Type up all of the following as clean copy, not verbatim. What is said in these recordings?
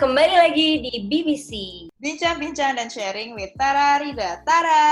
kembali lagi di BBC. Bincang-bincang dan sharing with Tara Rida. Tara!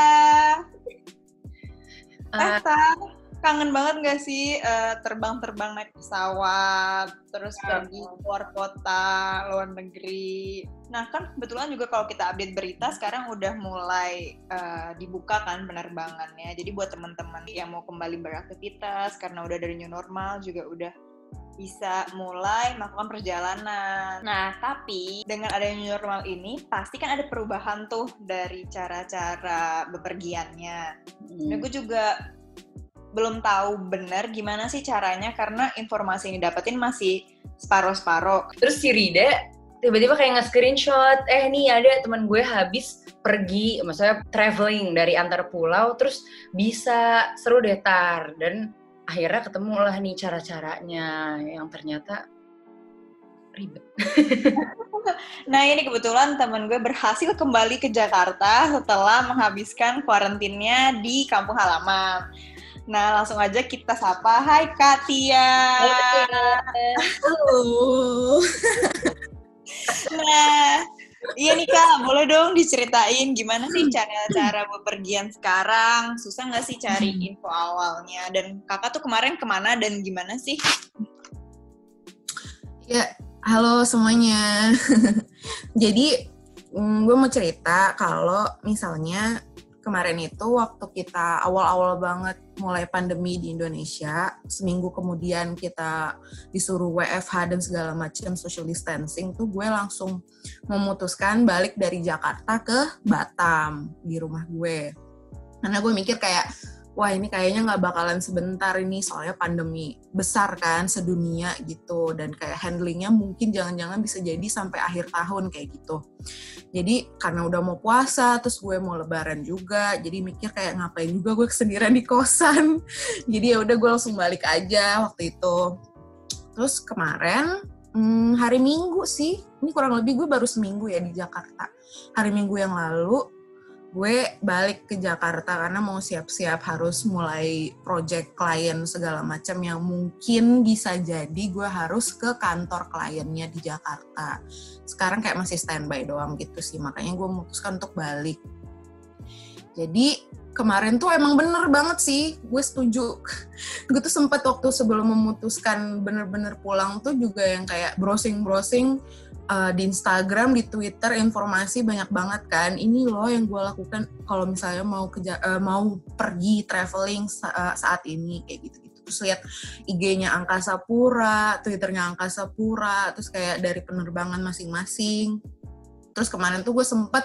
Kangen banget gak sih terbang-terbang naik pesawat, terus pergi keluar kota, luar negeri. Nah kan kebetulan juga kalau kita update berita sekarang udah mulai dibuka kan penerbangannya. Jadi buat teman-teman yang mau kembali beraktivitas karena udah dari new normal juga udah bisa mulai melakukan perjalanan. Nah, tapi dengan adanya new normal ini pasti kan ada perubahan tuh dari cara-cara bepergiannya. Nah, gue juga belum tahu benar gimana sih caranya karena informasi yang didapetin masih separuh-separuh. Terus si Rida tiba-tiba kayak nge-screenshot, nih ada teman gue habis pergi, maksudnya traveling dari antar pulau, terus bisa seru deh Tar. Dan akhirnya ketemulah nih cara-caranya yang ternyata ribet. Nah ini kebetulan teman gue berhasil kembali ke Jakarta setelah menghabiskan kuarantinnya di kampung halaman. Nah langsung aja kita sapa, hai Katia. Halo. Nah, iya nih Kak, boleh dong diceritain gimana sih cara bepergian sekarang? Susah nggak sih cari info awalnya? Dan Kakak tuh kemarin kemana dan gimana sih? Ya, halo semuanya. Jadi, gue mau cerita kalau misalnya kemarin itu waktu kita awal-awal banget mulai pandemi di Indonesia, seminggu kemudian kita disuruh WFH dan segala macam social distancing, tuh gue langsung memutuskan balik dari Jakarta ke Batam di rumah gue. Karena gue mikir kayak, wah ini kayaknya nggak bakalan sebentar ini, soalnya pandemi besar kan sedunia gitu, dan kayak handlingnya mungkin jangan-jangan bisa jadi sampai akhir tahun kayak gitu. Jadi karena udah mau puasa, terus gue mau lebaran juga, jadi mikir kayak ngapain juga gue kesendirian di kosan. Jadi ya udah gue langsung balik aja waktu itu. Terus kemarin hari Minggu sih, ini kurang lebih gue baru seminggu ya di Jakarta. Hari Minggu yang lalu gue balik ke Jakarta karena mau siap-siap harus mulai project klien segala macam yang mungkin bisa jadi gue harus ke kantor kliennya di Jakarta. Sekarang kayak masih standby doang gitu sih, makanya gue memutuskan untuk balik. Jadi kemarin tuh emang bener banget sih, gue setuju. Gue tuh sempat waktu sebelum memutuskan bener-bener pulang tuh juga yang kayak browsing-browsing di Instagram, di Twitter, informasi banyak banget kan. Ini loh yang gue lakukan kalau misalnya mau pergi traveling saat ini kayak gitu-gitu. Terus lihat IG-nya Angkasa Pura, Twitternya Angkasa Pura, terus kayak dari penerbangan masing-masing. Terus kemarin tuh gue sempet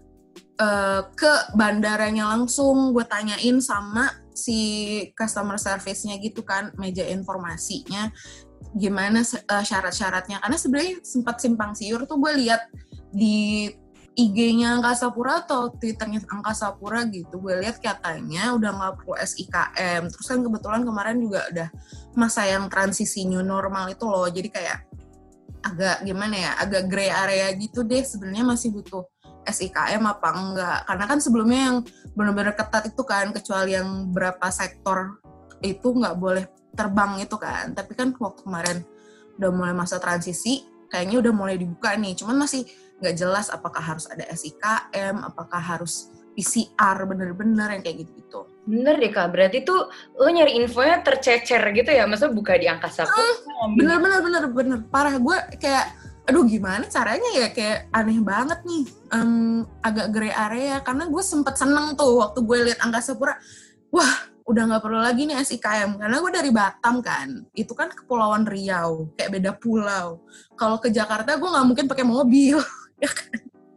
ke bandaranya langsung, gue tanyain sama si customer service-nya gitu kan, meja informasinya gimana syarat-syaratnya, karena sebenarnya sempat simpang siur tuh gue lihat di IG-nya Angkasa Pura atau Twitternya Angkasa Pura gitu, gue lihat katanya udah nggak perlu SIKM. Terus kan kebetulan kemarin juga udah masa yang transisi new normal itu loh, jadi kayak agak gimana ya, agak gray area gitu deh, sebenarnya masih butuh SIKM apa enggak, karena kan sebelumnya yang benar-benar ketat itu kan, kecuali yang berapa sektor itu nggak boleh terbang itu kan. Tapi kan waktu kemarin udah mulai masa transisi, kayaknya udah mulai dibuka nih, cuman masih nggak jelas apakah harus ada SIKM, apakah harus PCR bener-bener yang kayak gitu-gitu. Bener deh Kak, berarti tuh lo nyari infonya tercecer gitu ya, maksudnya buka di Angkasa Pura. Bener, parah. Gue kayak, aduh gimana caranya ya, kayak aneh banget nih, agak gray area, karena gue sempet seneng tuh waktu gue liat Angkasa Pura, wah udah nggak perlu lagi nih SIKM, karena gue dari Batam kan, itu kan Kepulauan Riau, kayak beda pulau. Kalau ke Jakarta gue nggak mungkin pakai mobil, ya kan?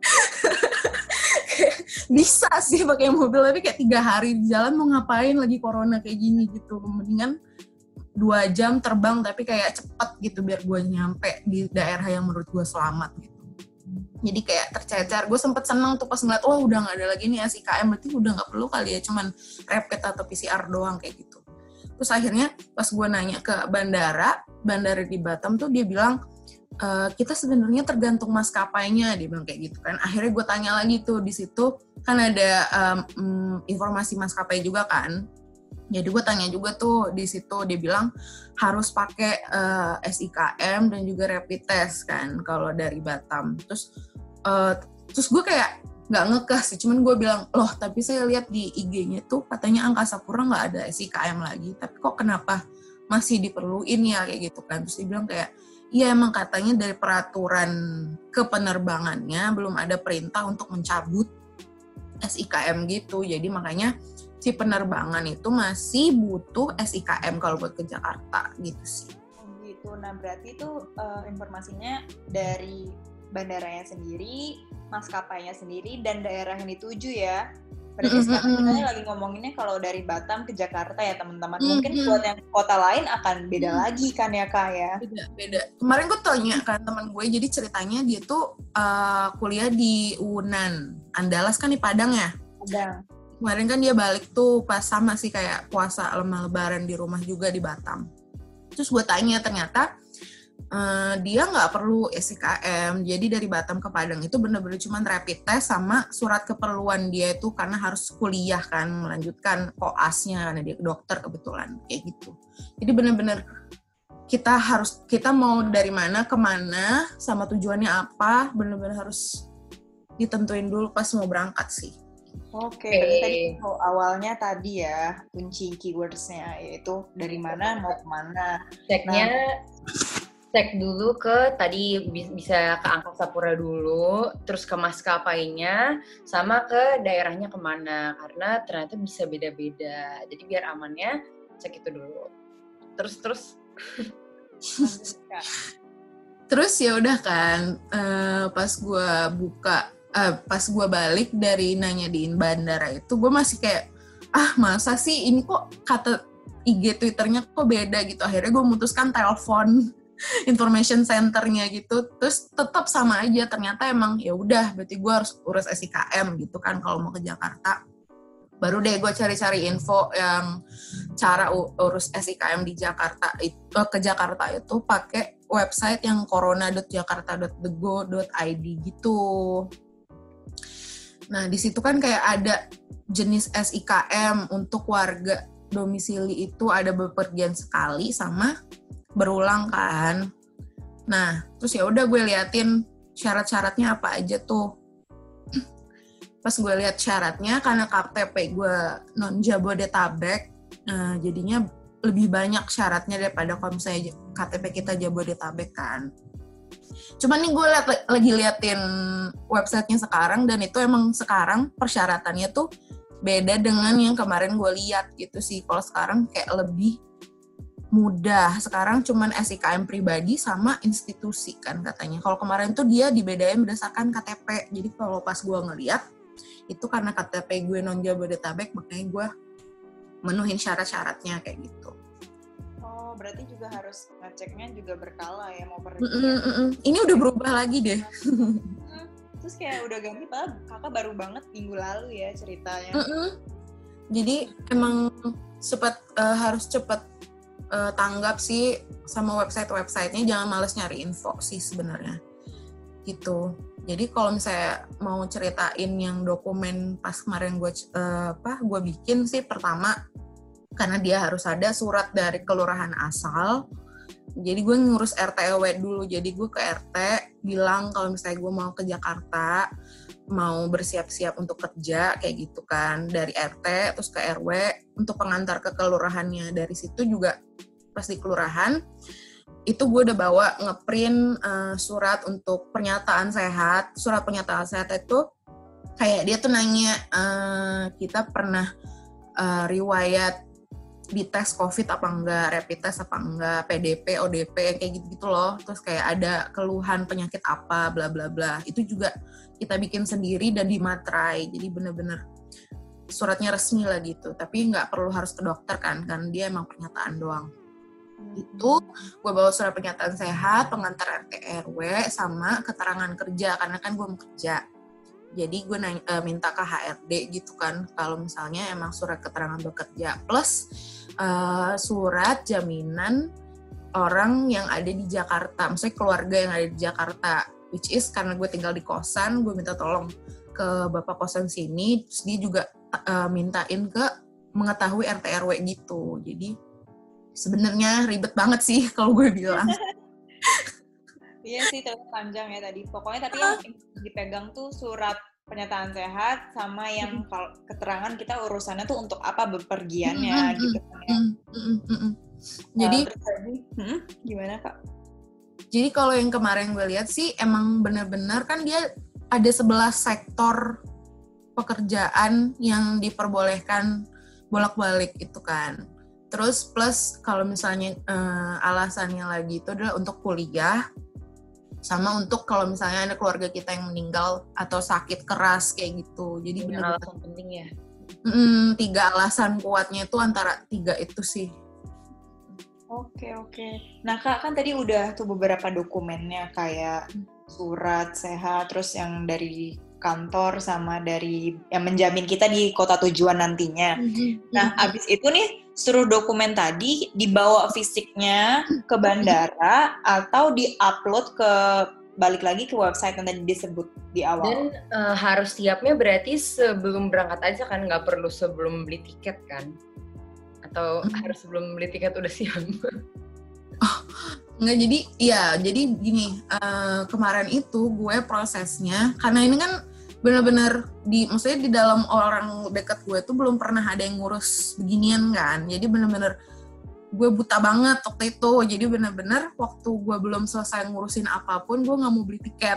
Bisa sih pakai mobil, tapi kayak 3 hari di jalan mau ngapain lagi corona kayak gini gitu. Mendingan 2 jam terbang tapi kayak cepet gitu biar gue nyampe di daerah yang menurut gue selamat gitu. Jadi kayak tercecer. Gue sempet seneng tuh pas ngeliat, oh udah gak ada lagi nih SIKM, berarti udah gak perlu kali ya, cuman rapid atau PCR doang kayak gitu. Terus akhirnya pas gue nanya ke bandara di Batam tuh dia bilang, kita sebenarnya tergantung maskapainya, dia bilang kayak gitu kan. Akhirnya gue tanya lagi tuh, di situ kan ada informasi maskapai juga kan. Jadi gue tanya juga tuh di situ, dia bilang harus pakai SIKM dan juga rapid test kan kalau dari Batam. Terus gue kayak nggak ngekeh sih, cuman gue bilang, loh tapi saya lihat di IG-nya tuh katanya Angkasa Pura nggak ada SIKM lagi, tapi kok kenapa masih diperluin ya kayak gitu kan. Terus dia bilang kayak, iya emang katanya dari peraturan kepenerbangannya belum ada perintah untuk mencabut SIKM gitu, jadi makanya si penerbangan itu masih butuh SIKM kalau buat ke Jakarta gitu sih. Gitu. Nah berarti itu informasinya dari bandaranya sendiri, maskapainya sendiri, dan daerah yang dituju ya. Berarti sekarang kita lagi ngomonginnya kalau dari Batam ke Jakarta ya teman-teman. Mungkin buat yang kota lain akan beda lagi kan ya Kak ya? Beda. Kemarin gue tanya kan teman gue, jadi ceritanya dia tuh kuliah di UNAN. Andalas kan di Padang ya? Padang. Kemarin kan dia balik tuh pas sama sih kayak puasa lebaran di rumah juga di Batam. Terus gue tanya ternyata dia nggak perlu SIKM. Jadi dari Batam ke Padang itu bener-bener cuma rapid test sama surat keperluan dia itu karena harus kuliah kan, melanjutkan koasnya karena dia dokter kebetulan kayak gitu. Jadi bener-bener kita mau dari mana kemana sama tujuannya apa bener-bener harus ditentuin dulu pas mau berangkat sih. Oke, berarti tadi awalnya tadi ya kunci keywords-nya yaitu dari mana mau kemana. Cek dulu ke tadi bisa ke Angkasa Pura dulu, terus ke maskapainya, sama ke daerahnya kemana karena ternyata bisa beda-beda. Jadi biar amannya cek itu dulu. Terus. Terus ya udah kan, pas gue balik dari nanyain bandara itu, gue masih kayak, masa sih ini kok kata IG Twitternya kok beda gitu. Akhirnya gue memutuskan telepon information centernya gitu, terus tetap sama aja. Ternyata emang ya udah, berarti gue harus urus SIKM gitu kan kalau mau ke Jakarta. Baru deh gue cari-cari info yang cara urus SIKM di Jakarta ke Jakarta itu pakai website yang corona.jakarta.go.id gitu. Nah, di situ kan kayak ada jenis SIKM untuk warga domisili itu ada bepergian sekali sama berulang kan. Nah, terus ya udah gue liatin syarat-syaratnya apa aja tuh. Pas gue lihat syaratnya, karena KTP gue non Jabodetabek, jadinya lebih banyak syaratnya daripada kalau misalnya KTP kita Jabodetabek kan. Cuman nih gue lagi liatin websitenya sekarang, dan itu emang sekarang persyaratannya tuh beda dengan yang kemarin gue lihat gitu sih. Kalau sekarang kayak lebih mudah. Sekarang cuman SIKM pribadi sama institusi kan katanya. Kalau kemarin tuh dia dibedain berdasarkan KTP. Jadi kalau pas gue ngeliat, itu karena KTP gue non Jabodetabek, makanya gue menuhin syarat-syaratnya kayak gitu. Oh, berarti juga harus ngeceknya juga berkala ya, mau pergi. Ini udah berubah lagi deh. Terus kayak udah ganti, padahal kakak baru banget minggu lalu ya ceritanya. Jadi emang harus cepet tanggap sih sama website-websitenya, jangan males nyari info sih sebenarnya gitu. Jadi kalau misalnya mau ceritain yang dokumen pas kemarin gue bikin sih, pertama karena dia harus ada surat dari kelurahan asal. Jadi gue ngurus RT/RW dulu. Jadi gue ke RT bilang kalau misalnya gue mau ke Jakarta, mau bersiap-siap untuk kerja kayak gitu kan, dari RT terus ke RW untuk pengantar ke kelurahannya. Dari situ juga pas di kelurahan itu gue udah bawa ngeprint surat untuk pernyataan sehat. Surat pernyataan sehat itu kayak dia tuh nanya kita pernah riwayat dites COVID apa enggak, rapid test apa enggak, PDP, ODP kayak gitu-gitu loh. Terus kayak ada keluhan penyakit apa, bla bla bla. Itu juga kita bikin sendiri dan dimatrai. Jadi bener-bener suratnya resmi lah gitu. Tapi nggak perlu harus ke dokter kan dia emang pernyataan doang. Itu gue bawa surat pernyataan sehat, pengantar RT RW, sama keterangan kerja karena kan gue mau kerja. Jadi gue minta ke HRD gitu kan kalau misalnya emang surat keterangan bekerja plus surat jaminan orang yang ada di Jakarta, maksudnya keluarga yang ada di Jakarta, which is karena gue tinggal di kosan, gue minta tolong ke bapak kosan sini, terus dia juga mintain ke mengetahui RT RW gitu. Jadi sebenarnya ribet banget sih kalau gue bilang. Iya sih, terlalu panjang ya tadi. Pokoknya tapi yang dipegang tuh surat pernyataan sehat sama yang kalau keterangan kita urusannya tuh untuk apa bepergiannya gitu kan ya. Jadi gimana Kak? Jadi kalau yang kemarin gue lihat sih emang benar-benar kan dia ada 11 sektor pekerjaan yang diperbolehkan bolak-balik itu kan. Terus plus kalau misalnya alasannya lagi itu adalah untuk kuliah, sama untuk kalau misalnya ada keluarga kita yang meninggal atau sakit keras kayak gitu. Jadi benar-benar alasan penting ya. 3 alasan kuatnya itu antara 3 itu sih. Oke. Nah Kak, kan tadi udah tuh beberapa dokumennya kayak surat sehat, terus yang dari kantor sama dari yang menjamin kita di kota tujuan nantinya. Nah, abis itu nih seluruh dokumen tadi dibawa fisiknya ke bandara atau di-upload ke balik lagi ke website yang tadi disebut di awal. Dan harus siapnya berarti sebelum berangkat aja kan, nggak perlu sebelum beli tiket kan? Atau harus sebelum beli tiket udah siap? Enggak, jadi gini, kemarin itu gue prosesnya, karena ini kan benar-benar maksudnya di dalam orang dekat gue tuh belum pernah ada yang ngurus beginian kan, jadi benar-benar gue buta banget waktu itu, jadi benar-benar waktu gue belum selesai ngurusin apapun, gue nggak mau beli tiket.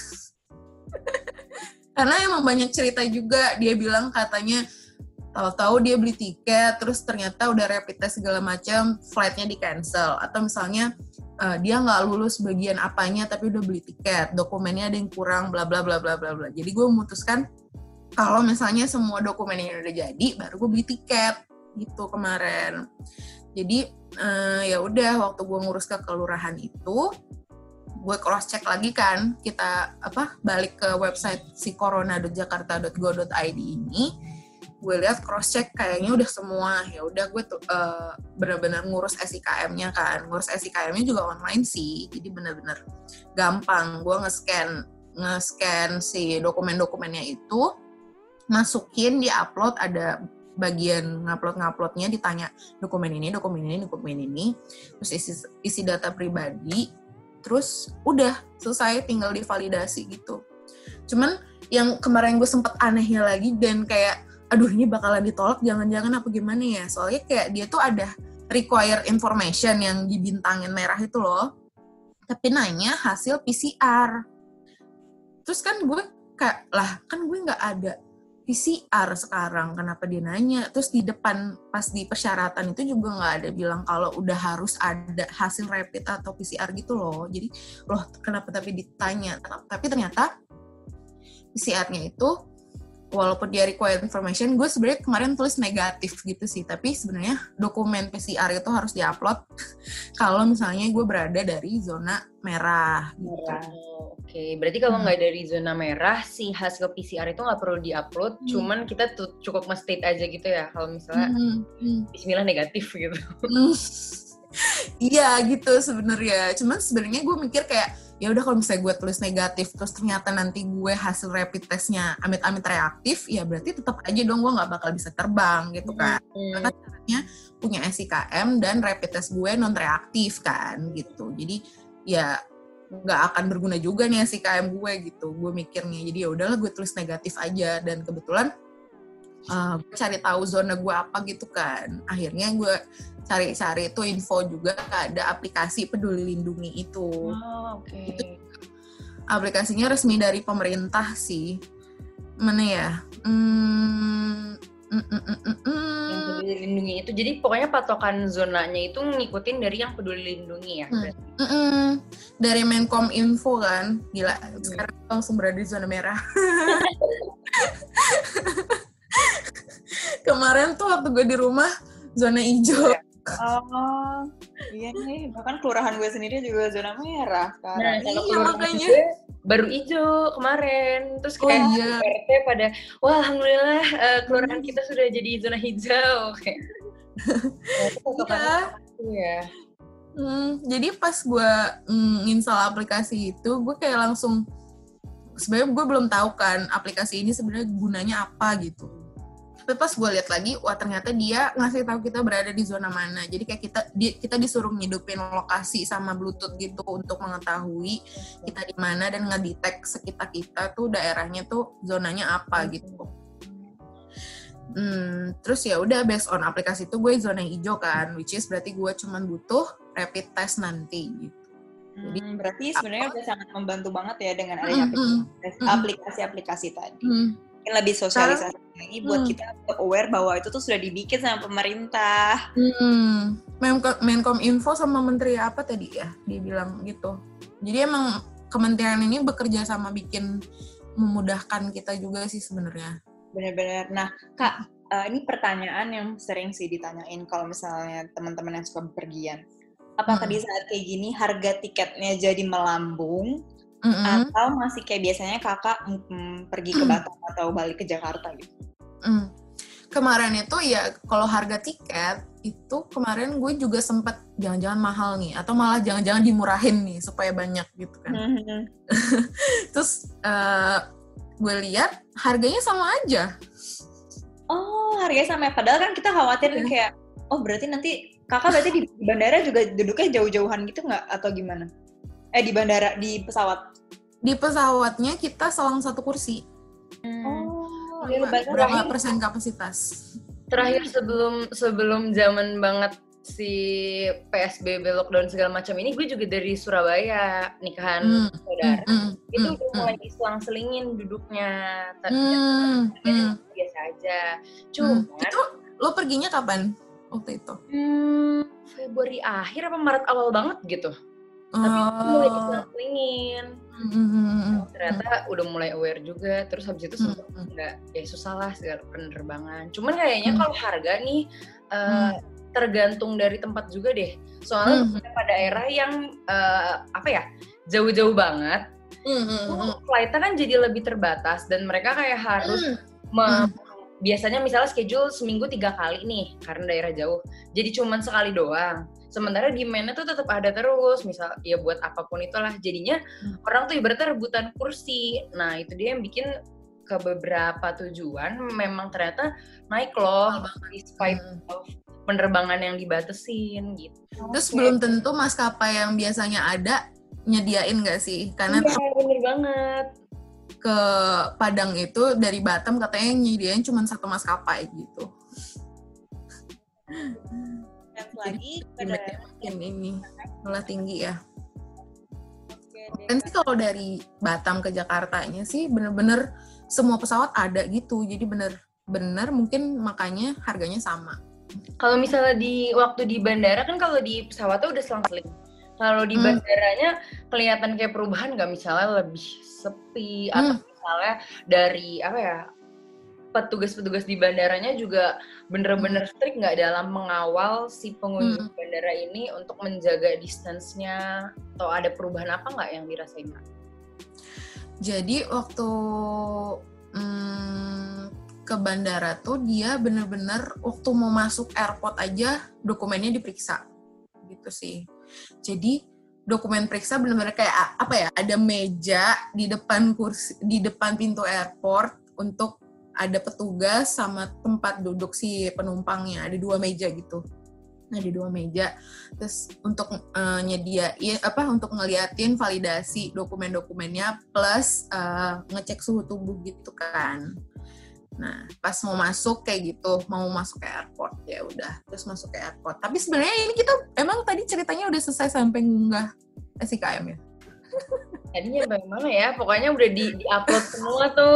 Karena emang banyak cerita juga, dia bilang katanya tahu-tahu dia beli tiket, terus ternyata udah rapid test segala macam, flightnya di cancel, atau misalnya dia nggak lulus bagian apanya tapi udah beli tiket, dokumennya ada yang kurang, bla bla bla bla bla bla. Jadi gue memutuskan kalau misalnya semua dokumennya udah jadi, baru gue beli tiket gitu kemarin. Jadi ya udah, waktu gue ngurus ke kelurahan itu, gue cross check lagi kan, kita balik ke website si corona.jakarta.go.id ini. Gue lihat cross check kayaknya udah semua, ya udah gue tuh benar-benar ngurus SIKM-nya kan. Ngurus SIKM-nya juga online sih, jadi benar-benar gampang. Gue nge-scan si dokumen-dokumennya itu, masukin, di-upload, ada bagian ngupload-nguploadnya, ditanya dokumen ini, terus isi data pribadi, terus udah selesai, tinggal divalidasi gitu. Cuman yang kemarin gue sempet anehnya lagi dan kayak aduh ini bakalan ditolak jangan-jangan apa gimana ya, soalnya kayak dia tuh ada required information yang dibintangin merah itu loh, tapi nanya hasil PCR. Terus kan gue kayak, lah kan gue nggak ada PCR sekarang, kenapa dia nanya? Terus di depan pas di persyaratan itu juga nggak ada bilang kalau udah harus ada hasil rapid atau PCR gitu loh. Jadi loh kenapa tapi ditanya, tapi ternyata PCR-nya itu walaupun dia required information, gue sebenarnya kemarin tulis negatif gitu sih, tapi sebenarnya dokumen PCR itu harus diupload kalau misalnya gue berada dari zona merah. Gitu. Oke, berarti kalau nggak dari zona merah, si hasil PCR itu nggak perlu diupload, cuman kita cukup nge-state aja gitu ya, kalau misalnya bismillah negatif gitu. Iya gitu sebenarnya, cuman sebenarnya gue mikir kayak ya udah kalau misalnya gue tulis negatif terus ternyata nanti gue hasil rapid testnya amit-amit reaktif, ya berarti tetap aja dong gue nggak bakal bisa terbang gitu kan. Karena caranya punya SIKM dan rapid test gue non reaktif kan gitu. Jadi ya nggak akan berguna juga nih SIKM gue gitu. Gue mikirnya jadi ya udahlah gue tulis negatif aja, dan kebetulan cari tahu zona gue apa gitu kan. Akhirnya gue cari-cari itu info juga ada aplikasi Peduli Lindungi itu. Okay. Itu aplikasinya resmi dari pemerintah sih. Mana ya? Yang Peduli Lindungi itu. Jadi pokoknya patokan zonanya itu ngikutin dari yang Peduli Lindungi ya? Dari Menkominfo kan. Gila, sekarang langsung berada di zona merah. Kemarin tuh waktu gue di rumah zona hijau. Oh, iya nih. Bahkan kelurahan gue sendiri juga zona merah sekarang. Nah, kalau kelurahan gue baru hijau kemarin. Terus kayak RT pada, wah alhamdulillah kelurahan kita sudah jadi zona hijau. Iya. Jadi pas gue install aplikasi itu, gue kayak langsung, sebenarnya gue belum tahu kan aplikasi ini sebenarnya gunanya apa gitu. Tapi pas gue lihat lagi, wah ternyata dia ngasih tahu kita berada di zona mana. Jadi kayak kita disuruh ngidupin lokasi sama Bluetooth gitu untuk mengetahui kita di mana dan ngedetect sekitar kita tuh daerahnya tuh zonanya apa gitu. Terus ya udah based on aplikasi itu gue zona hijau kan, which is berarti gue cuman butuh rapid test nanti gitu. Jadi berarti sebenarnya udah sangat membantu banget ya dengan adanya aplikasi-aplikasi tadi. Mungkin lebih sosialisasi lagi buat kita untuk aware bahwa itu tuh sudah dibikin sama pemerintah. Menkominfo sama menteri apa tadi ya dibilang gitu. Jadi emang kementerian ini bekerja sama bikin memudahkan kita juga sih sebenarnya. Benar-benar. Nah, Kak, ini pertanyaan yang sering sih ditanyain kalau misalnya teman-teman yang suka bepergian. Apakah di saat kayak gini harga tiketnya jadi melambung atau masih kayak biasanya kakak pergi ke Batam atau balik ke Jakarta gitu? Kemarin itu ya kalau harga tiket itu kemarin gue juga sempat jangan-jangan mahal nih atau malah jangan-jangan dimurahin nih supaya banyak gitu kan. Terus gue lihat harganya sama aja. Oh, harganya sama. Padahal kan kita khawatir kayak, oh berarti nanti kakak berarti di bandara juga duduknya jauh-jauhan gitu nggak atau gimana? Di bandara, di pesawat? Di pesawatnya kita selang satu kursi. Berapa persen kapasitas? Terakhir sebelum zaman banget si PSBB lockdown segala macam ini, gue juga dari Surabaya nikahan saudara. Itu udah mulai diselang-selingin duduknya. Biasa aja. Cuman itu lo perginya kapan waktu itu? Februari akhir apa Maret awal banget gitu. Tapi itu mulai diselang-selingin. Ternyata udah mulai aware juga. Terus habis itu sempat nggak, ya susah lah segala penerbangan. Cuman kayaknya kalau harga nih tergantung dari tempat juga deh. Soalnya beberapa daerah yang jauh-jauh banget, flight-nya kan jadi lebih terbatas dan mereka kayak harus biasanya misalnya schedule seminggu 3 kali nih karena daerah jauh. Jadi cuman sekali doang. Sementara demand-nya tuh tetap ada terus, misal ya buat apapun itulah. Jadinya orang tuh ibaratnya rebutan kursi. Nah, itu dia yang bikin ke beberapa tujuan memang ternyata naik loh despite of penerbangan yang dibatesin gitu. Terus belum tentu maskapai yang biasanya ada nyediain nggak sih? Karena bener banget. Ke Padang itu dari Batam katanya nyediain cuma satu maskapai gitu. Lagi mungkin ini malah tinggi ya. Dan sih kalau dari Batam ke Jakartanya sih bener-bener semua pesawat ada gitu. Jadi bener-bener mungkin makanya harganya sama. Kalau misalnya waktu di bandara kan kalau di pesawatnya udah selang-seling. Kalau di bandaranya kelihatan kayak perubahan nggak, misalnya lebih sepi atau misalnya dari petugas-petugas di bandaranya juga bener-bener strict nggak dalam mengawal si pengunjung bandara ini untuk menjaga distance-nya, atau ada perubahan apa nggak yang dirasain Kak? Jadi waktu ke bandara tuh dia bener-bener waktu mau masuk airport aja dokumennya diperiksa gitu sih. Jadi dokumen periksa bener-bener kayak ada meja di depan pintu airport untuk ada petugas sama tempat duduk si penumpangnya, ada 2 meja gitu. Nah, di 2 meja. Terus untuk untuk ngeliatin validasi dokumen-dokumennya plus ngecek suhu tubuh gitu kan. Nah, pas mau masuk kayak gitu, mau masuk ke airport ya udah, terus masuk ke airport. Tapi sebenarnya ini kita emang tadi ceritanya udah selesai sampai ngunggah SIKM ya. Tadinya bagaimana ya? Pokoknya udah di-upload semua tuh.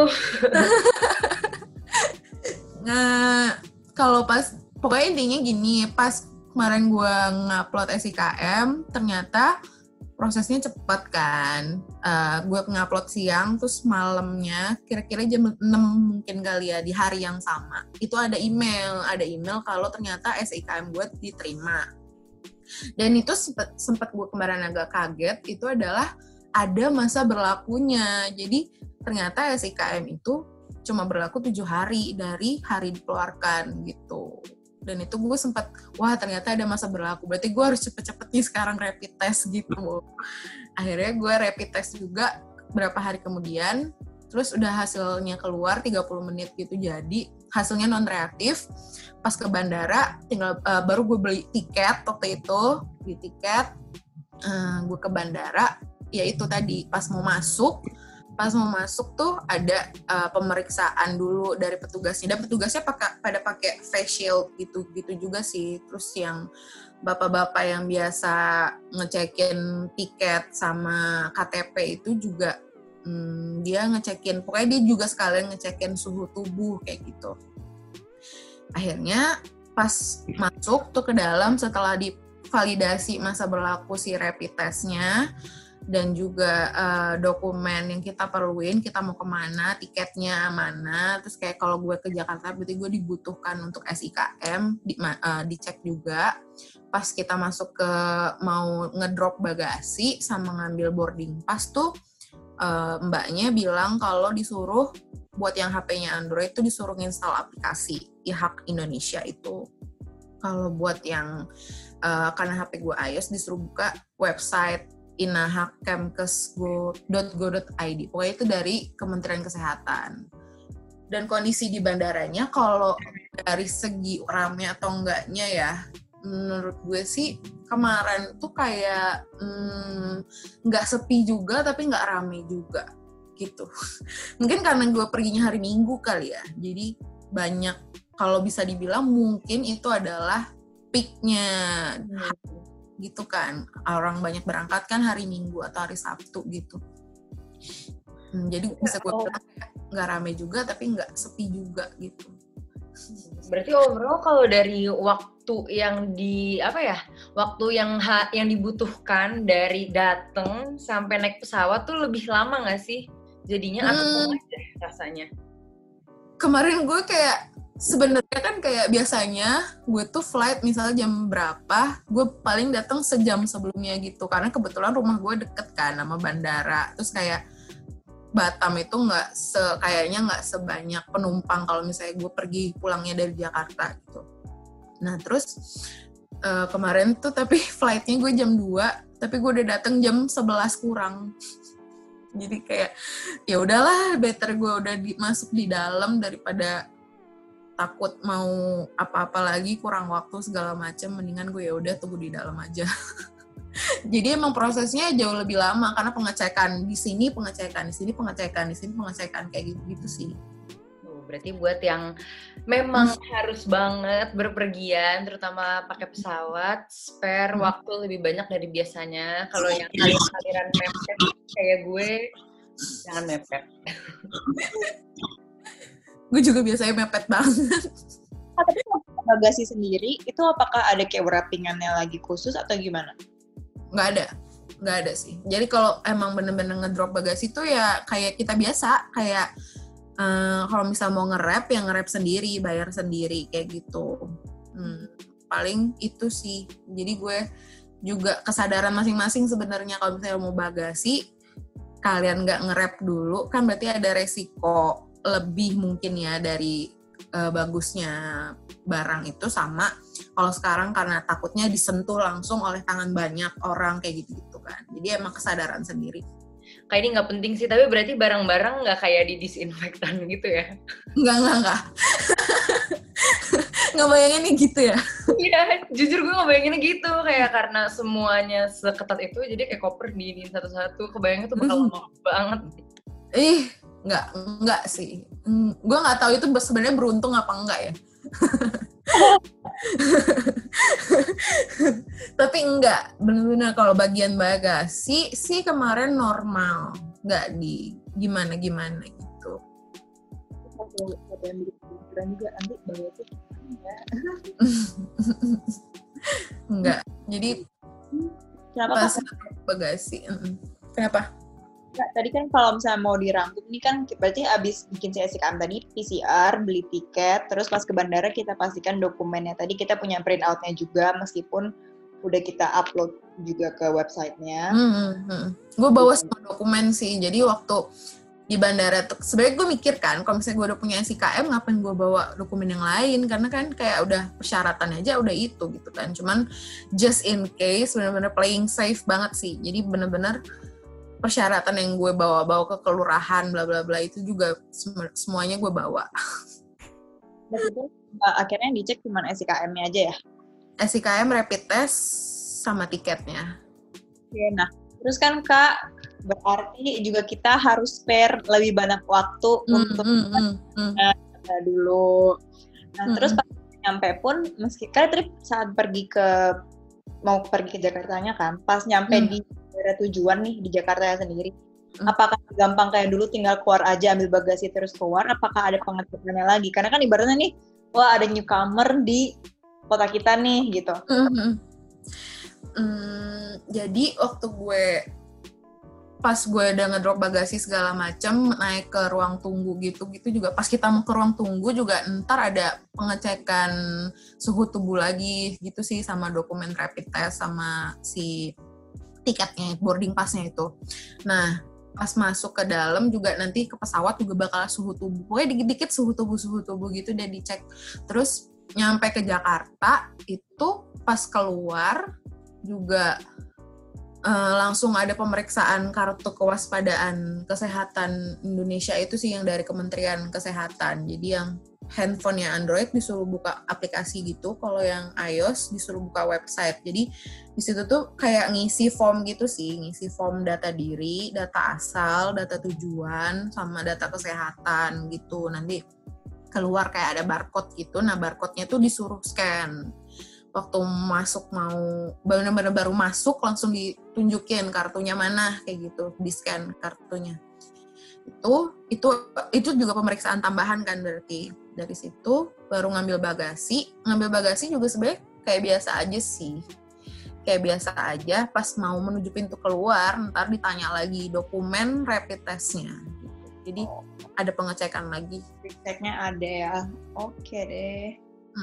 Nah, kalau pokoknya intinya gini, pas kemarin gue ngupload SIKM, ternyata prosesnya cepet kan. Gue ngupload siang, terus malamnya, kira-kira jam 6 mungkin kali ya, di hari yang sama. Itu ada email kalau ternyata SIKM gue diterima. Dan itu sempat gue kemarin agak kaget, itu adalah ada masa berlakunya. Jadi ternyata SIKM itu cuma berlaku 7 hari dari hari dikeluarkan gitu. Dan itu gue sempat, wah ternyata ada masa berlaku. Berarti gue harus cepet-cepet nih sekarang rapid test gitu. Akhirnya gue rapid test juga berapa hari kemudian. Terus udah hasilnya keluar 30 menit gitu, jadi hasilnya non reaktif. Pas ke bandara tinggal baru gue beli tiket waktu itu, beli tiket, gue ke bandara. Ya itu tadi pas mau masuk tuh ada pemeriksaan dulu dari petugasnya, dan petugasnya pada pakai face shield gitu juga sih. Terus yang bapak-bapak yang biasa ngecekin tiket sama KTP itu juga dia ngecekin, pokoknya dia juga sekalian ngecekin suhu tubuh kayak gitu. Akhirnya pas masuk tuh ke dalam, setelah divalidasi masa berlaku si rapid testnya dan juga dokumen yang kita perluin, kita mau kemana, tiketnya mana, terus kayak kalau gue ke Jakarta berarti gue dibutuhkan untuk SIKM, dicek juga. Pas kita masuk ke mau ngedrop bagasi sama ngambil boarding pass tuh, mbaknya bilang kalau disuruh buat yang HP-nya Android itu disuruh install aplikasi IHAK Indonesia itu. Kalau buat yang karena HP gue iOS disuruh buka website inahak.kemkes.go.id. Pokoknya itu dari Kementerian Kesehatan. Dan kondisi di bandaranya kalau dari segi ramai atau enggaknya ya, menurut gue sih kemarin tuh kayak nggak sepi juga tapi nggak rame juga gitu. Mungkin karena gue perginya hari Minggu kali ya, jadi banyak, kalau bisa dibilang mungkin itu adalah peak-nya gitu kan, orang banyak berangkat kan hari Minggu atau hari Sabtu gitu. Jadi bisa gue bilang nggak rame juga tapi nggak sepi juga gitu. Berarti overall kalau dari waktu yang waktu yang dibutuhkan dari dateng sampai naik pesawat tuh lebih lama nggak sih jadinya atau aja rasanya? Kemarin gue kayak sebenarnya kan kayak biasanya gue tuh flight misalnya jam berapa, gue paling datang sejam sebelumnya gitu, karena kebetulan rumah gue deket kan sama bandara. Terus kayak Batam itu kayaknya nggak sebanyak penumpang kalau misalnya gue pergi pulangnya dari Jakarta gitu. Nah terus kemarin tuh tapi flightnya gue jam 2, tapi gue udah datang jam 11 kurang. Jadi kayak ya udahlah, better gue udah masuk di dalam daripada takut mau apa-apa lagi, kurang waktu segala macam, mendingan gue ya udah tunggu di dalam aja. Jadi emang prosesnya jauh lebih lama karena pengecekan di sini, pengecekan di sini, pengecekan di sini, pengecekan kayak gitu sih. Berarti buat yang memang harus banget berpergian, terutama pakai pesawat, spare waktu lebih banyak dari biasanya. Kalau yang aliran mepet kayak gue, jangan mepet. Gue juga biasanya mepet banget. Tapi bagasi sendiri, itu apakah ada kayak wrappingannya lagi khusus atau gimana? Nggak ada sih. Jadi kalau emang bener-bener ngedrop bagasi tuh ya kayak kita biasa, kayak kalau misal mau nge-wrap, ya nge-wrap sendiri, bayar sendiri kayak gitu. Paling itu sih. Jadi gue juga kesadaran masing-masing sebenarnya, kalau misalnya mau bagasi, kalian nggak nge-wrap dulu, kan berarti ada resiko lebih mungkin ya dari bagusnya barang itu. Sama kalau sekarang karena takutnya disentuh langsung oleh tangan banyak orang kayak gitu-gitu kan. Jadi emang kesadaran sendiri. Kayak ini nggak penting sih, tapi berarti barang-barang nggak kayak di disinfektan gitu ya? Nggak. Nggak bayanginnya gitu ya? Iya, jujur gue nggak bayanginnya gitu. Kayak karena semuanya seketat itu, jadi kayak koper diinin satu-satu. Kebayangnya tuh bakal lama banget. Nggak sih. Gue nggak tahu itu sebenarnya beruntung apa enggak ya. Tapi enggak, benar-benar kalau bagian bagasi sih kemarin normal, nggak gimana gitu. Ada yang bilang juga nanti bagasi enggak. Jadi kenapa pas bagasi? Kenapa? Nah, tadi kan kalau misalnya mau dirangkum ini kan berarti abis bikin CSIKM tadi PCR, beli tiket, terus pas ke bandara kita pastikan dokumennya. Tadi kita punya print out-nya juga meskipun udah kita upload juga ke website-nya. Gue bawa semua dokumen sih. Jadi waktu di bandara tuh sebenarnya gue mikir kan, kalau misalnya gue udah punya SIKM, ngapain gue bawa dokumen yang lain? Karena kan kayak udah persyaratannya aja udah itu gitu kan. Cuman just in case, benar-benar playing safe banget sih. Jadi benar-benar persyaratan yang gue bawa ke kelurahan bla bla bla itu juga semuanya gue bawa. Berarti akhirnya yang dicek cuma SIKM-nya aja ya? SIKM, rapid test, sama tiketnya. Oke, nah terus kan Kak, berarti juga kita harus spare lebih banyak waktu untuk dulu. Nah terus pas nyampe pun, meski kan trip saat mau pergi ke Jakartanya kan, pas nyampe di daerah tujuan nih di Jakarta sendiri, apakah gampang kayak dulu tinggal keluar aja ambil bagasi terus keluar? Apakah ada pengecekannya lagi? Karena kan ibaratnya nih, wah ada newcomer di kota kita nih gitu. Jadi waktu pas gue udah ngedrop bagasi segala macam, naik ke ruang tunggu gitu juga, pas kita mau ke ruang tunggu juga ntar ada pengecekan suhu tubuh lagi gitu sih, sama dokumen rapid test sama si tiketnya, boarding passnya itu. Nah pas masuk ke dalam juga nanti ke pesawat juga bakal suhu tubuh, pokoknya dikit-dikit suhu tubuh gitu udah dicek. Terus nyampe ke Jakarta itu pas keluar juga langsung ada pemeriksaan kartu kewaspadaan kesehatan Indonesia itu sih yang dari Kementerian Kesehatan. Jadi yang handphonenya Android disuruh buka aplikasi gitu, kalau yang iOS disuruh buka website. Jadi di situ tuh kayak ngisi form gitu sih, ngisi form data diri, data asal, data tujuan, sama data kesehatan gitu. Nanti keluar kayak ada barcode gitu, nah barcode-nya tuh disuruh scan. Waktu masuk mau benar-benar baru masuk langsung ditunjukin kartunya mana kayak gitu, di scan kartunya. Itu juga pemeriksaan tambahan kan, berarti dari situ baru ngambil bagasi juga sebenarnya kayak biasa aja sih, kayak biasa aja. Pas mau menuju pintu keluar ntar ditanya lagi dokumen rapid testnya gitu. Jadi ada pengecekan lagi. Ceknya ada ya, oke deh.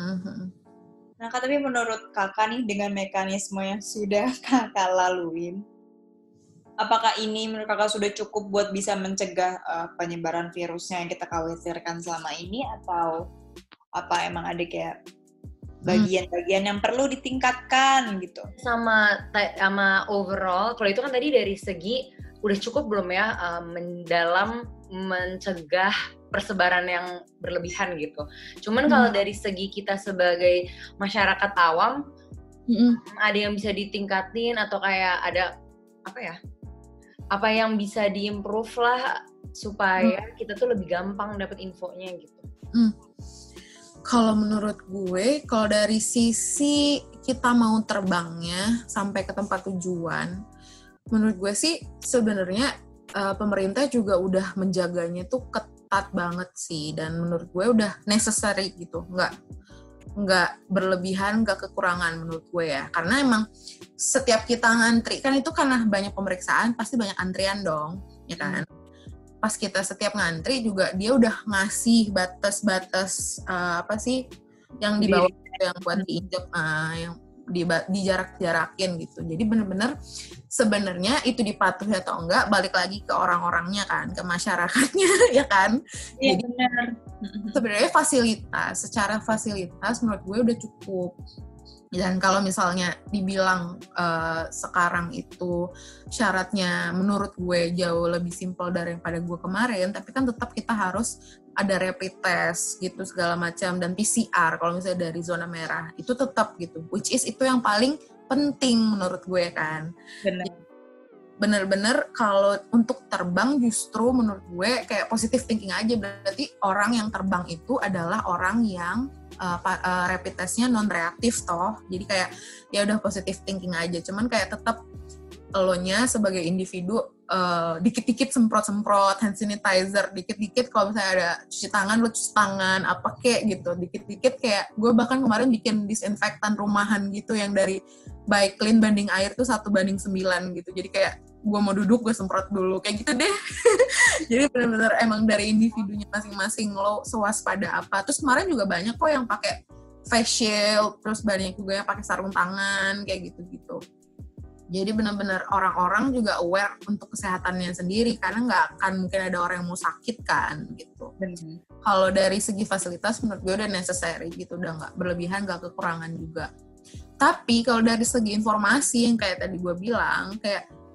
Nah, Kak, tapi menurut Kakak nih, dengan mekanisme yang sudah Kakak laluin, apakah ini menurut Kakak sudah cukup buat bisa mencegah penyebaran virusnya yang kita khawatirkan selama ini, atau apa emang ada kayak bagian-bagian yang perlu ditingkatkan gitu? Sama overall, kalau itu kan tadi dari segi udah cukup belum ya dalam mencegah persebaran yang berlebihan gitu. Cuman kalau dari segi kita sebagai masyarakat awam, ada yang bisa ditingkatin atau kayak ada apa yang bisa diimprove lah supaya kita tuh lebih gampang dapat infonya gitu. Kalau menurut gue, kalau dari sisi kita mau terbangnya sampai ke tempat tujuan, menurut gue sih sebenarnya pemerintah juga udah menjaganya tuh ketat banget sih, dan menurut gue udah necessary gitu, nggak berlebihan, nggak kekurangan menurut gue ya. Karena emang setiap kita ngantri kan itu karena banyak pemeriksaan pasti banyak antrian dong, ya kan. Pas kita setiap ngantri juga dia udah ngasih batas-batas yang di bawah yang buat diinjak, yang dijarak-jarakin gitu. Jadi benar-benar sebenarnya itu dipatuhi atau enggak balik lagi ke orang-orangnya kan, ke masyarakatnya ya kan. Iya, jadi benar. Sebenarnya secara fasilitas menurut gue udah cukup. Dan kalau misalnya dibilang sekarang itu syaratnya menurut gue jauh lebih simpel daripada gue kemarin, tapi kan tetap kita harus ada rapid test gitu segala macam, dan PCR kalau misalnya dari zona merah itu tetap gitu, which is itu yang paling penting menurut gue kan. Bener-bener kalau untuk terbang justru menurut gue kayak positive thinking aja, berarti orang yang terbang itu adalah orang yang rapid testnya non-reaktif toh, jadi kayak ya udah positive thinking aja. Cuman kayak tetap elonya sebagai individu dikit-dikit semprot-semprot hand sanitizer, dikit-dikit kalau misalnya ada cuci tangan lo cuci tangan apa kek gitu, dikit-dikit. Kayak gue bahkan kemarin bikin disinfektan rumahan gitu yang dari by clean banding air tuh 1:9 gitu, jadi kayak gue mau duduk gue semprot dulu kayak gitu deh. Jadi benar-benar emang dari individunya masing-masing lo sewaspada apa. Terus kemarin juga banyak kok yang pakai face shield, terus banyak juga yang pakai sarung tangan kayak gitu-gitu. Jadi benar-benar orang-orang juga aware untuk kesehatannya sendiri, karena nggak akan mungkin ada orang yang mau sakit kan gitu. Kalau dari segi fasilitas menurut gue udah necessary gitu, udah nggak berlebihan, nggak kekurangan juga. Tapi kalau dari segi informasi yang kayak tadi gue bilang, kayak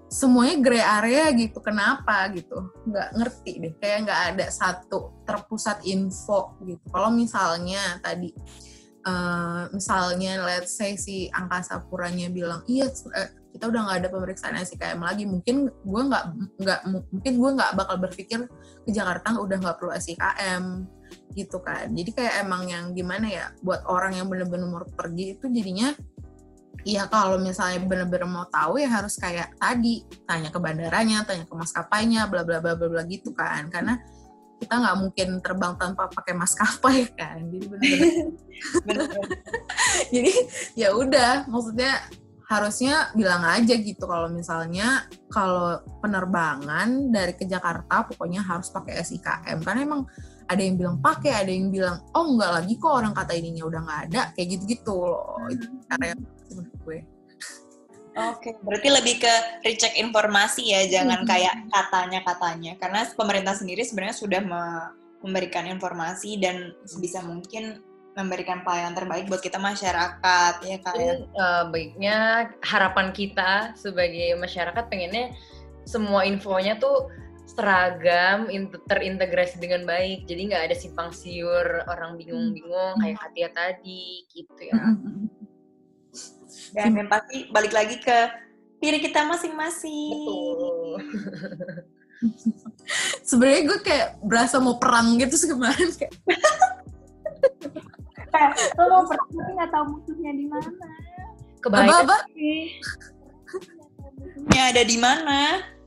semuanya gray area gitu. Kenapa gitu? Nggak ngerti deh. Kayak nggak ada satu terpusat info gitu. Kalau misalnya tadi, misalnya let's say si Angkasa Puranya bilang, iya kita udah nggak ada pemeriksaan SIKM lagi. Mungkin gue nggak bakal berpikir ke Jakarta udah nggak perlu SIKM gitu kan. Jadi kayak emang yang gimana ya, buat orang yang bener-bener mau pergi itu jadinya, ya kalau misalnya bener-bener mau tahu ya harus kayak tadi, tanya ke bandaranya, tanya ke maskapainya, bla bla bla bla gitu kan. Karena kita nggak mungkin terbang tanpa pakai maskapai kan. Jadi bener-bener. Jadi ya udah, maksudnya harusnya bilang aja gitu kalau misalnya kalau penerbangan dari ke Jakarta pokoknya harus pakai SIKM. Karena emang ada yang bilang pakai, ada yang bilang oh enggak lagi kok, orang kata ininya udah nggak ada, kayak gitu-gitu loh. Itu karena menurut gue. Oke, berarti lebih ke recheck informasi ya, jangan kayak katanya. Karena pemerintah sendiri sebenarnya sudah memberikan informasi dan sebisa mungkin memberikan pelayanan terbaik buat kita masyarakat, ya kayak. Baiknya harapan kita sebagai masyarakat pengennya semua infonya tuh seragam, terintegrasi dengan baik. Jadi nggak ada simpang siur, orang bingung-bingung kayak Katia tadi, gitu ya. Dan yang pasti balik lagi ke diri kita masing-masing. Betul. Sebenarnya gue kayak berasa mau perang gitu kemarin kayak. Lo mau perang tapi nggak tahu musuhnya di mana. Kebayang sih. Ada di mana?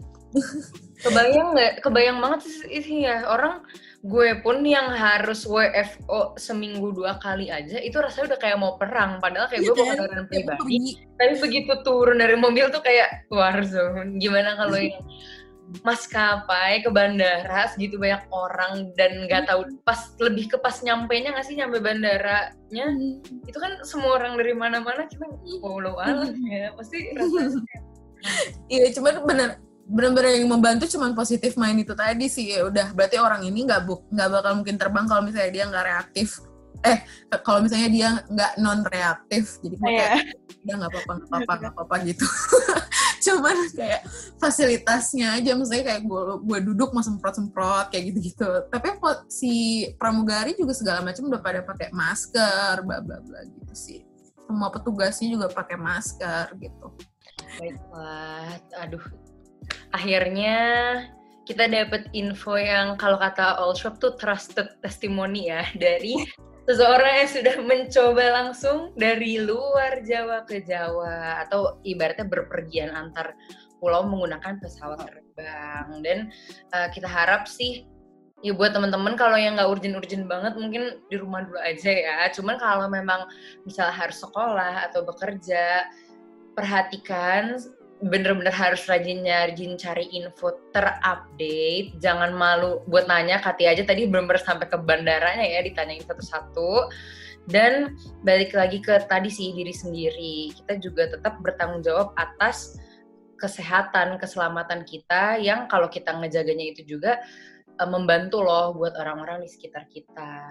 Kebayang banget sih ya, orang gue pun yang harus WFO seminggu 2 kali aja itu rasanya udah kayak mau perang, padahal kayak gue bawa kendaraan pribadi, tapi begitu turun dari mobil tuh kayak warzone. Gimana kalau yang maskapai ke bandara segitu banyak orang dan nggak tahu lebih ke pas nyampenya nggak sih, nyampe bandaranya itu kan semua orang dari mana-mana, kita walau alam ya pasti rasanya. Iya, cuman bener-bener yang membantu cuman positif mind itu tadi sih. Ya udah, berarti orang ini nggak bakal mungkin terbang kalau misalnya dia nggak reaktif. Kalau misalnya dia nggak non reaktif, jadi kayak udah nggak apa-apa gitu. Cuman kayak fasilitasnya aja, misalnya kayak gue duduk mau semprot kayak gitu. Tapi si pramugari juga segala macam udah pada pakai masker, bla bla bla gitu sih. Semua petugasnya juga pakai masker gitu. Baiklah, aduh. Akhirnya kita dapat info yang kalau kata Allshop tuh trusted testimony ya, dari seseorang yang sudah mencoba langsung dari luar Jawa ke Jawa, atau ibaratnya berpergian antar pulau menggunakan pesawat terbang. Dan kita harap sih ya buat teman-teman kalau yang nggak urgent banget mungkin di rumah dulu aja ya. Cuman kalau memang misalnya harus sekolah atau bekerja, perhatikan, bener-bener harus rajin cari info terupdate. Jangan malu buat nanya. Katia aja tadi bener-bener sampai ke bandaranya ya, ditanyain satu-satu. Dan balik lagi ke tadi sih, diri sendiri. Kita juga tetap bertanggung jawab atas kesehatan, keselamatan kita, yang kalau kita ngejaganya itu juga membantu loh buat orang-orang di sekitar kita.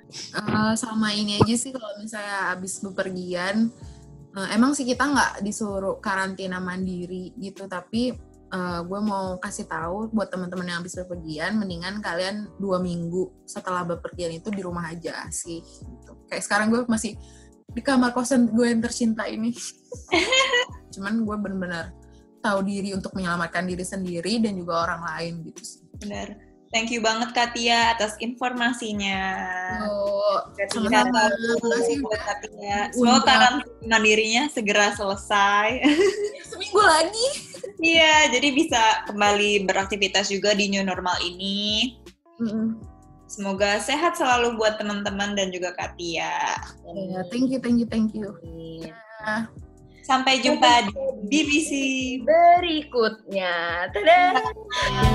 Sama ini aja sih, kalau misalnya habis bepergian, emang sih kita nggak disuruh karantina mandiri gitu, tapi gue mau kasih tahu buat teman-teman yang habis bepergian, mendingan kalian 2 minggu setelah bepergian itu di rumah aja sih. Gitu. Kayak sekarang gue masih di kamar kosan gue yang tercinta ini. Cuman gue benar-benar tahu diri untuk menyelamatkan diri sendiri dan juga orang lain gitu sih. Benar. Thank you banget Katia atas informasinya. Sama-sama. Semoga karantina mandirinya segera selesai. Seminggu lagi. Iya, jadi bisa kembali beraktivitas juga di new normal ini. Semoga sehat selalu buat teman-teman dan juga Katia. Thank you. Sampai jumpa di BBC berikutnya. Dadah.